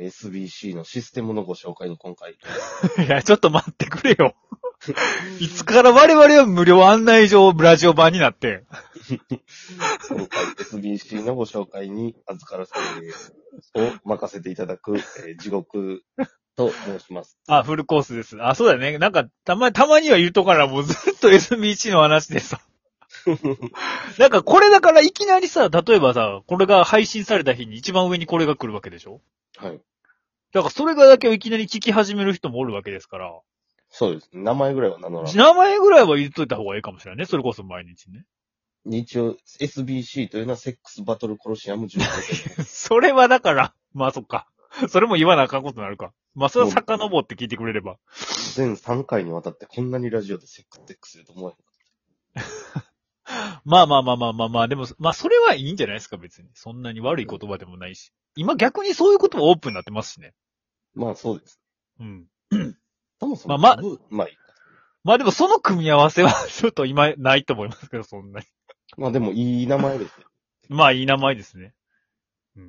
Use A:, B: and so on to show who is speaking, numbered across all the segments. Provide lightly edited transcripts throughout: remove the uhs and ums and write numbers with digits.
A: SBC のシステムのご紹介に今回。
B: いや、ちょっと待ってくれよ。いつから我々は無料案内状ラジオ版になってん。
A: 今回 SBC のご紹介に預からされを任せていただく、地獄と申します。
B: あ、フルコースです。あ、そうだね。なんか、たまには言うとからもうずっと SBC の話でさ。なんかこれだからいきなりさ、例えばさ、これが配信された日に一番上にこれが来るわけでしょ？
A: はい。
B: だからそれがだけをいきなり聞き始める人もおるわけですから。
A: そうです。名前ぐらいは名乗らない。
B: 名前ぐらいは言っといた方がいいかもしれないね。それこそ毎日ね。
A: 一応、SBC というのはセックスバトルコロシアム15回。
B: それはだから、まあそっか。それも言わなあかんことになるか。まあそれは遡って聞いてくれれば。
A: 全3回にわたってこんなにラジオでセックステックすると思えへんかっ
B: まあ、でも、まあそれはいいんじゃないですか別に。そんなに悪い言葉でもないし。今逆にそういうこともオープンになってますしね。
A: た。まあそうです。
B: うん。
A: そもそも、
B: まあ
A: まあいいか。
B: まあでもその組み合わせはちょっと今ないと思いますけど、そんなに。
A: まあでもいい名前ですよ。
B: まあいい名前ですね。うん。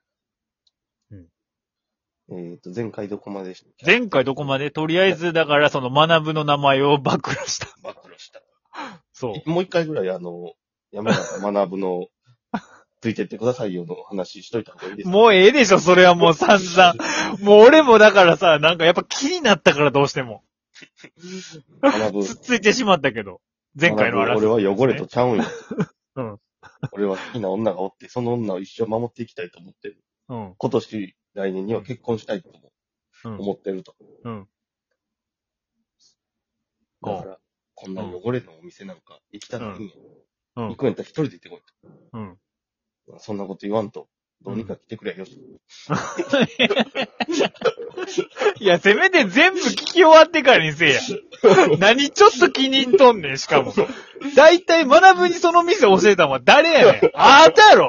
A: 前回どこまでした？
B: 前回どこまでとりあえずだからその学ぶの名前を暴露した。
A: 暴露した。
B: そ
A: もう一回ぐらい山形学のついてってくださいよの話しといた方がいいで
B: う。
A: すか？
B: もうええでしょ、それはもう散々。もう俺もだからさ、なんかやっぱ気になったからどうしても。
A: 学
B: つっついてしまったけど。前回の
A: 俺は汚れとちゃうんよ。
B: うん。
A: 俺は好きな女がおって、その女を一生守っていきたいと思ってる。
B: うん。
A: 今年、来年には結婚したいと思ってると。
B: うん。
A: だから、こんな汚れのお店なんか行きたないんや。
B: うん。
A: 行くんやったら一人で行ってこい
B: うん。
A: と。そんなこと言わんと、どうにか来てくれよし。
B: いや、せめて全部聞き終わってからにせえや。何ちょっと気に入っとんねん、しかも。だいたい学ぶにその店教えたのは誰やねん。あーたやろ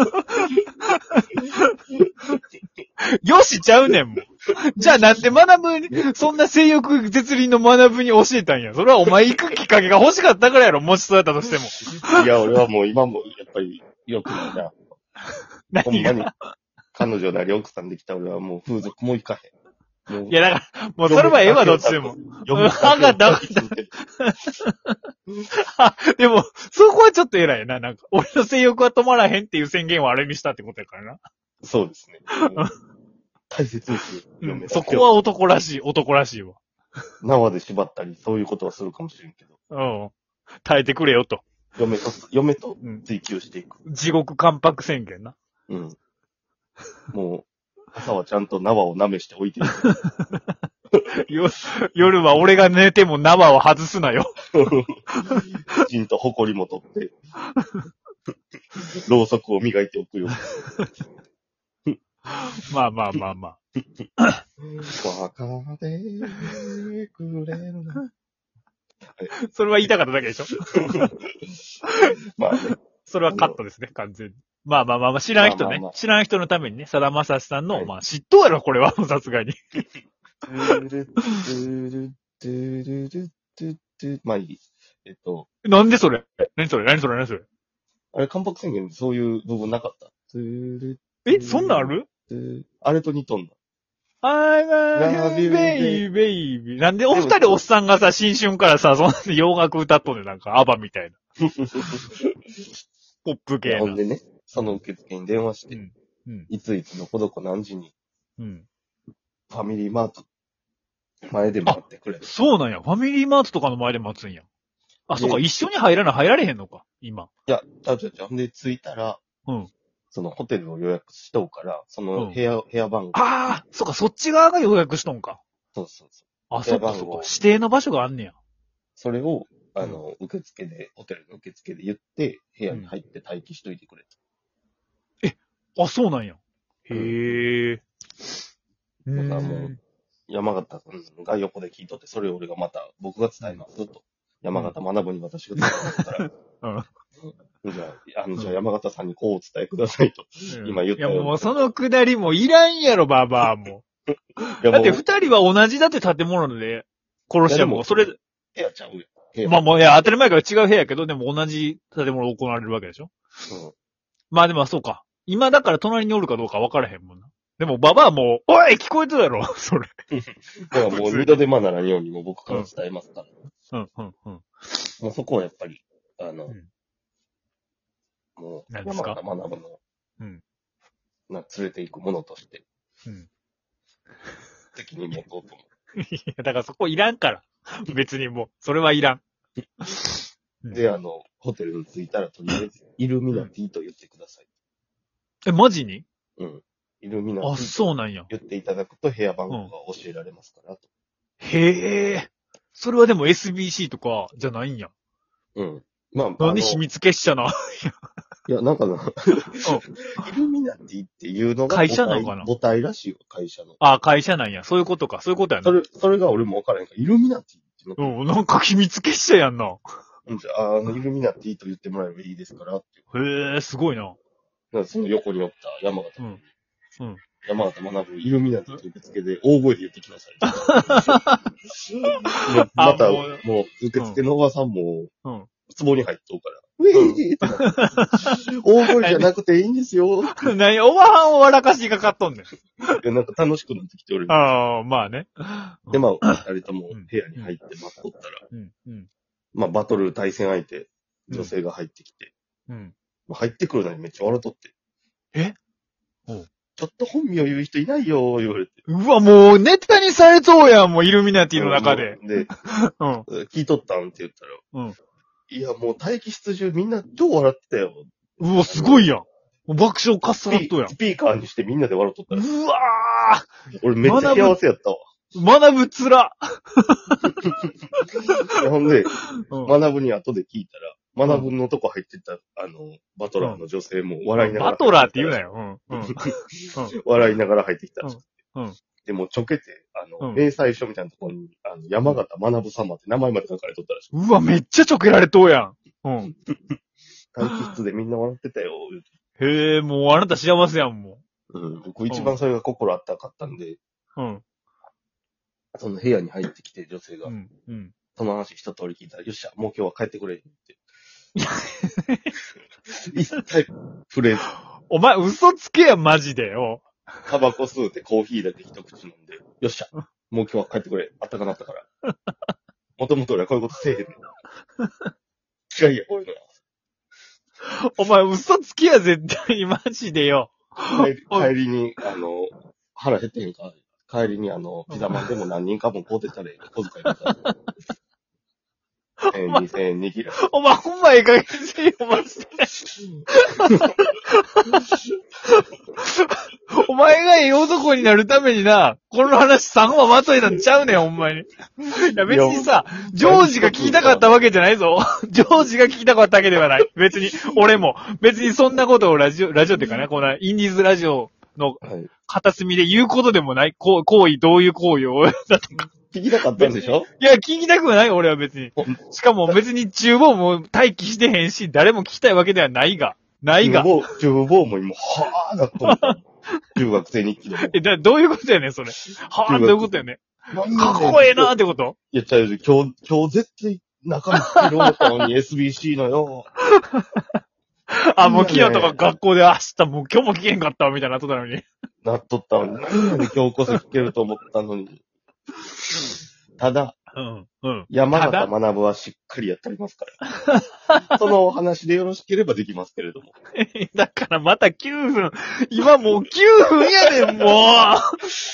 B: よしちゃうねん、もう。じゃあなんで学ぶに、そんな性欲絶倫の学ぶに教えたんや。それはお前行くきっかけが欲しかったからやろ、もしそうやったとしても。
A: いや、俺はもう今も、やっぱり、良くないな。ほんまに、彼女なり奥さんできた俺はもう風俗も行かへん。
B: いや、だから、もうそれはええわ、どっちでも。わかった、わかった。でも、そこはちょっと偉いな。なんか、俺の性欲は止まらへんっていう宣言をあれにしたってことやからな。
A: そうですね。大切にする。
B: うん、そこは男らしいわ。
A: 縄で縛ったり、そういうことはするかもしれんけど。
B: うん。耐えてくれよと。
A: 嫁と追求していく。
B: 地獄関白宣言な。
A: うん。もう、朝はちゃんと縄を舐めしておいてる。
B: 夜は俺が寝ても縄を外すなよ。
A: きちんと埃も取って、ろうそくを磨いておくよ。
B: まあ。
A: わかってくれるな。
B: それは言いたかっただけでしょ。
A: まあね。
B: それはカットですね、完全に。まあ、知らん人ね。知らん人のためにね、さだまさしさんの、まあ、嫉妬やろ、これは、さすがに。
A: まあいい。
B: なんでそれ何それ
A: あれ、関白宣言でそういう部分なかった？
B: そんなんある？
A: あれと似とんだ。
B: I'm a baby. なんでお二人おっさんがさ、新春からさ、そんな洋楽歌っとんねん、なんか、アバみたいな。ポップ系な。
A: ほんでね、その受付に電話して、いつのどこ何時に、ファミリーマート前で待ってくれ。
B: そうなんや。ファミリーマートとかの前で待つんや。あ、そうか、一緒に入られへんのか、今。
A: いや、ほんで着いたら、そのホテルを予約しとうから、その部屋番号。
B: ああ、そうか、そっち側が予約しとんか。
A: そう。
B: あ、そうか。指定の場所があんねや。
A: それを、受付で、ホテルの受付で言って、部屋に入って待機しといてくれ
B: あ、そうなんや。へえ。
A: だからもう、山形さんが横で聞いとって、それを俺がまた、僕が伝えますと。山形学ぶに私が伝えますから。じゃあ山形さんにこうお伝えくださいと。今言ったよ。
B: いやもうそのくだりもいらんやろ、ババアも。だって二人は同じだって建物で殺し合うもん。それ、部
A: 屋ちゃうよ。
B: まあもう、いや、当たり前から違う部屋やけど、でも同じ建物で行われるわけでしょ。まあでもそうか。今だから隣におるかどうか分からへんもんな。 でも、ババアも、おい聞こえてたろそれ。
A: だからもう二度手間ならんようにも僕から伝えますから。
B: うん、うん、うん。
A: もうそこはやっぱり、もう、
B: 何ですか
A: 山形学ぶの、
B: うん。
A: 連れて行くものとして、
B: うん。
A: 責任持とうと思
B: いや、だからそこいらんから。別にもう、それはいらん。
A: う。で、ホテルに着いたらとりあえず、イルミナティと言ってください。
B: え、マジに？
A: うん。イルミナティ
B: あ、そうなんや。
A: 言っていただくと部屋番号が教えられますから、と。
B: へえ。それはでも SBC とかじゃないんや。
A: うん。まあ、
B: なんで秘密結社な。
A: いや、なんかな、イルミナティっていうのが
B: 会社なのかな
A: 母体らしいよ、会社の。
B: あ、会社なんや。そういうことか。そういうことやな。
A: それが俺もわからへんから、イルミナティっての
B: うん、なんか秘密結社やんな。
A: じゃあ、イルミナティと言ってもらえばいいですからっていう。
B: へえ、すごいな。
A: だからその横におった山形。
B: うん。うん。
A: 山形学ぶイルミナティと受付で大声で言ってきなさい。また、もう、受付のおばさんも、壺に入っとうから。ウェーってなって大声じゃなくていいんですよ。
B: 何おばはんを笑かしがかっとんねん。
A: いや、なんか楽しくなってきて俺。
B: ああ、まあね。
A: で、まあ、二人とも部屋に入って待っとったら、まあ、バトル対戦相手、女性が入ってきて、入ってくるのにめっちゃ笑っとって。
B: え
A: ちょっと本名言う人いないよ、言われて。
B: うわ、もうネタにされそうやん、もうイルミナティの中で。
A: で、聞いとったんって言ったら、いや、もう待機室中みんな超笑ってたよ。
B: うわ、すごいやん。爆笑かっさらっとやん。
A: スピーカーにしてみんなで笑っとったら。
B: うわ
A: ー俺めっちゃ幸せやったわ。
B: 学ぶつら。
A: ほんで、学ぶに後で聞いたら、学ぶのとこ入ってた、バトラーの女性も笑いながら。
B: バトラーって言うなよ。
A: 笑いながら入ってきたらしくて。でも、ちょけて、明細書みたいなところに、山形学様って名前まで書かれとったらしくて。
B: うわ、めっちゃちょけられとうやん。
A: 待機室でみんな笑ってたよ。
B: へえ、もうあなた幸せやん、も
A: う。僕一番それが心あったかったんで、その部屋に入ってきて女性が、その話一通り聞いたら、よっしゃ、もう今日は帰ってくれ、って。一切触れず。
B: お前嘘つけや、マジでよ。
A: タバコ吸うてコーヒーだけ一口飲んで、よっしゃ、もう今日は帰ってくれ、あったかなったから。もともと俺はこういうことせえへんの。違いや、こういうのは。
B: お前嘘つきや、絶対に、マジでよ。
A: 帰りに、腹減ってへんか。帰りにピザマンでも何人かも買うてたら小遣いだったら。2000円握る。
B: お前ほんまええ加減にせえよ、マジで。お前がええ男になるためにな、この話3話まといたんちゃうねん、ほんまに。いや別にさ、ジョージが聞きたかったわけじゃないぞ。ジョージが聞きたかったわけではない。別に、俺も。別にそんなことをラジオっていうかね、このインディーズラジオの片隅で言うことでもない。行為、どういう行為を、だとか。
A: 聞きたかったんでしょ？
B: いや、聞きたくはない、俺は別に。しかも別に厨房も待機してへんし、誰も聞きたいわけではないが。
A: 厨房も今、はぁーなっとった。中学生日記で。
B: どういうことやねん、それ。はぁ、どういうことやねん。かっこええなーってこと？
A: いや、今日絶対中身聞ける思ったのに SBC のよ。
B: もう昨日とか学校で明日もう今日も聞けへんかったわ、みたいななっとったのに。
A: なっとったのに。何やねん、今日こそ聞けると思ったのに。ただ、山形学はしっかりやっておりますから。そのお話でよろしければできますけれども。
B: だからまた9分。今もう9分やねん、もう。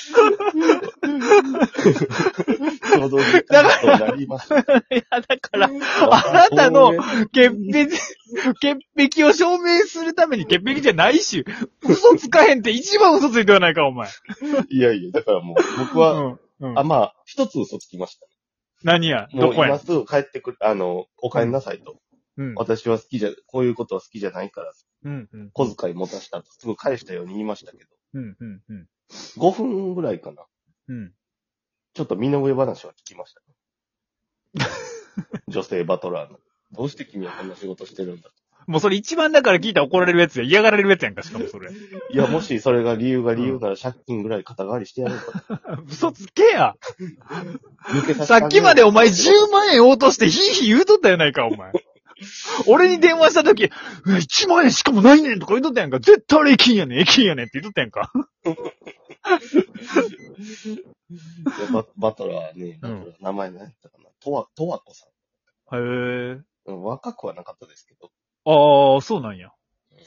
A: ちょうど時間となりました。
B: いや、だから、あなたの潔癖を証明するために潔癖じゃないし、嘘つかへんって一番嘘ついてはないか、お前。
A: いやいや、だからもう、僕は、まあ、一つ嘘つきましたね。
B: 何や
A: どこや今すぐ帰ってくる、お帰りなさいと。私はこういうことは好きじゃないから、小遣い持たしたと、すぐ返したように言いましたけど、5分ぐらいかな。ちょっと身の上話は聞きましたね。女性バトラーの。どうして君はこんな仕事してるんだと。
B: もうそれ一番だから聞いたら怒られるやつや。嫌がられるやつやんか、しかもそれ。
A: いや、もしそれが理由なら借金ぐらい肩代わりしてやるか。
B: 嘘つけや。さっきまでお前10万円落としてヒーヒー言うとったやないか、お前。 俺に電話した時、1万円しかもないねんとか言っとったやんか。絶対あれ駅員やねん、駅員やねんって言っとったやんか。
A: バトラーね、名前何やったかな。とわこさ
B: へえ。
A: ん。若くはなかったですけど。
B: ああ、そうなんや。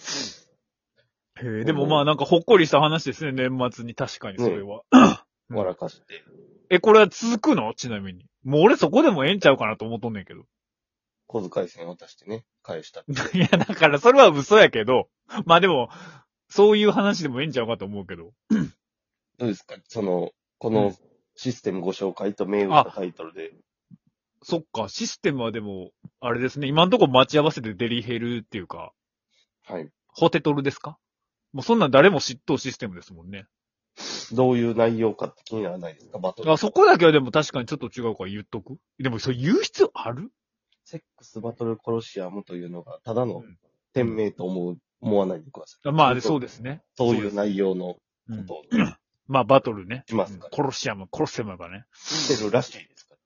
B: へえ、でもまあなんかほっこりした話ですね、年末に確かにそれは。
A: 笑かして。
B: これは続くのちなみに。もう俺そこでもええんちゃうかなと思っとんねんけど。
A: 小遣い銭渡してね、返した。
B: いや、だからそれは嘘やけど、まあでも、そういう話でもええんちゃうかと思うけど。
A: どうですかこのシステムご紹介と銘打ったタイトルで。
B: そっか、システムはでも、あれですね、今んとこ待ち合わせでデリヘルっていうか、
A: はい。
B: ホテトルですか？もうそんなん誰も知っとうシステムですもんね。
A: どういう内容かって気にならないですか、バトル。
B: そこだけはでも確かにちょっと違うから言っとく？でもそれ言う必要ある？
A: セックスバトルコロシアムというのが、ただの店名と思わないでください。
B: まあ、そうですね。
A: そういう内容のことを、
B: まあ、バトルね。
A: しますから。
B: コロシアムがね。
A: してるらしいですから。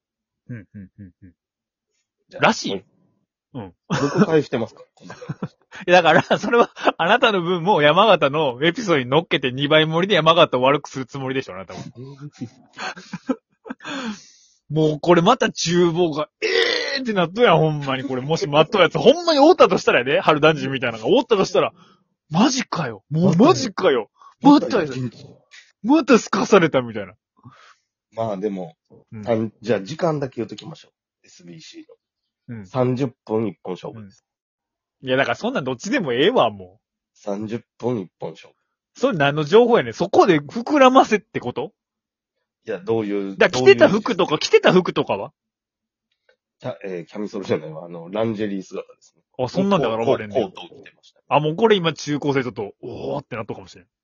A: ら
B: しい？
A: 僕返してますか？
B: だから、それは、あなたの分も山形のエピソードに乗っけて2倍盛りで山形を悪くするつもりでしょ、あなたは。もうこれまた厨房が、ってなっとやん、ほんまに。これもし待っとるやつ、ほんまにおったとしたらやで、春団地みたいなのがおったとしたら、マジかよ。もうマジかよ。またすかされたみたいな。
A: まあでも、じゃあ時間だけ言うときましょう。SBC の。30分一本勝負です。
B: いや、だからそんなんどっちでもええわ、も
A: う。30分一本勝負。
B: それ何の情報やねん。そこで膨らませってこと？
A: いや、どういう。
B: 着てた服とかは
A: キャミソールじゃないわ。ランジェリー姿ですね。
B: そんなんで現れんねん。
A: コートを着てました。
B: もうこれ今中高生ちょっと、おーってなったかもしれん。